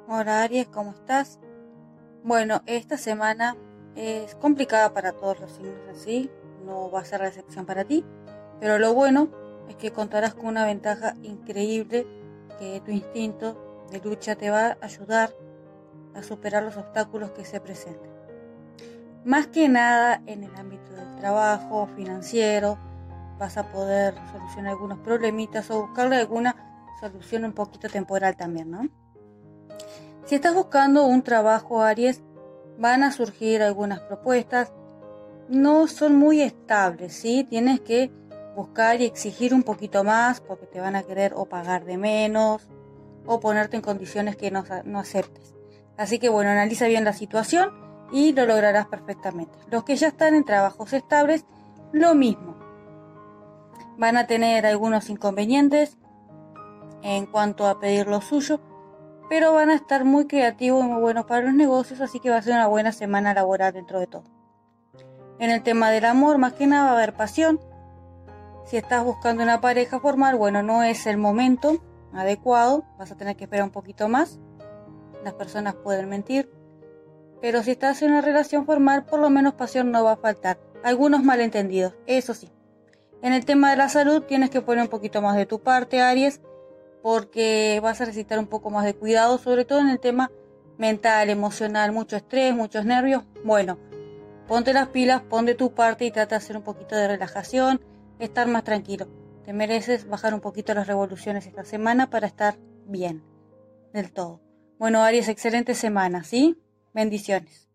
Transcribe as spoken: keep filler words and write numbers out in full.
Hola Aries, ¿cómo estás? Bueno, esta semana es complicada para todos los signos en sí, no va a ser la excepción para ti, pero lo bueno es que contarás con una ventaja increíble, que tu instinto de lucha te va a ayudar a superar los obstáculos que se presenten. Más que nada en el ámbito del trabajo, financiero, vas a poder solucionar algunos problemitas o buscarle alguna solución un poquito temporal también, ¿no? Si estás buscando un trabajo, Aries, van a surgir algunas propuestas. No son muy estables, ¿sí? Tienes que buscar y exigir un poquito más porque te van a querer o pagar de menos o ponerte en condiciones que no, no aceptes. Así que bueno, analiza bien la situación y lo lograrás perfectamente. Los que ya están en trabajos estables, lo mismo. Van a tener algunos inconvenientes en cuanto a pedir lo suyo, pero van a estar muy creativos y muy buenos para los negocios, así que va a ser una buena semana laboral dentro de todo. En el tema del amor, más que nada va a haber pasión. Si estás buscando una pareja formal, bueno, no es el momento adecuado, vas a tener que esperar un poquito más. Las personas pueden mentir, pero si estás en una relación formal, por lo menos pasión no va a faltar. Algunos malentendidos, eso sí. En el tema de la salud, tienes que poner un poquito más de tu parte, Aries, porque vas a necesitar un poco más de cuidado, sobre todo en el tema mental, emocional, mucho estrés, muchos nervios. Bueno, ponte las pilas, pon de tu parte y trata de hacer un poquito de relajación, estar más tranquilo. Te mereces bajar un poquito las revoluciones esta semana para estar bien, del todo. Bueno, Aries, excelente semana, ¿sí? Bendiciones.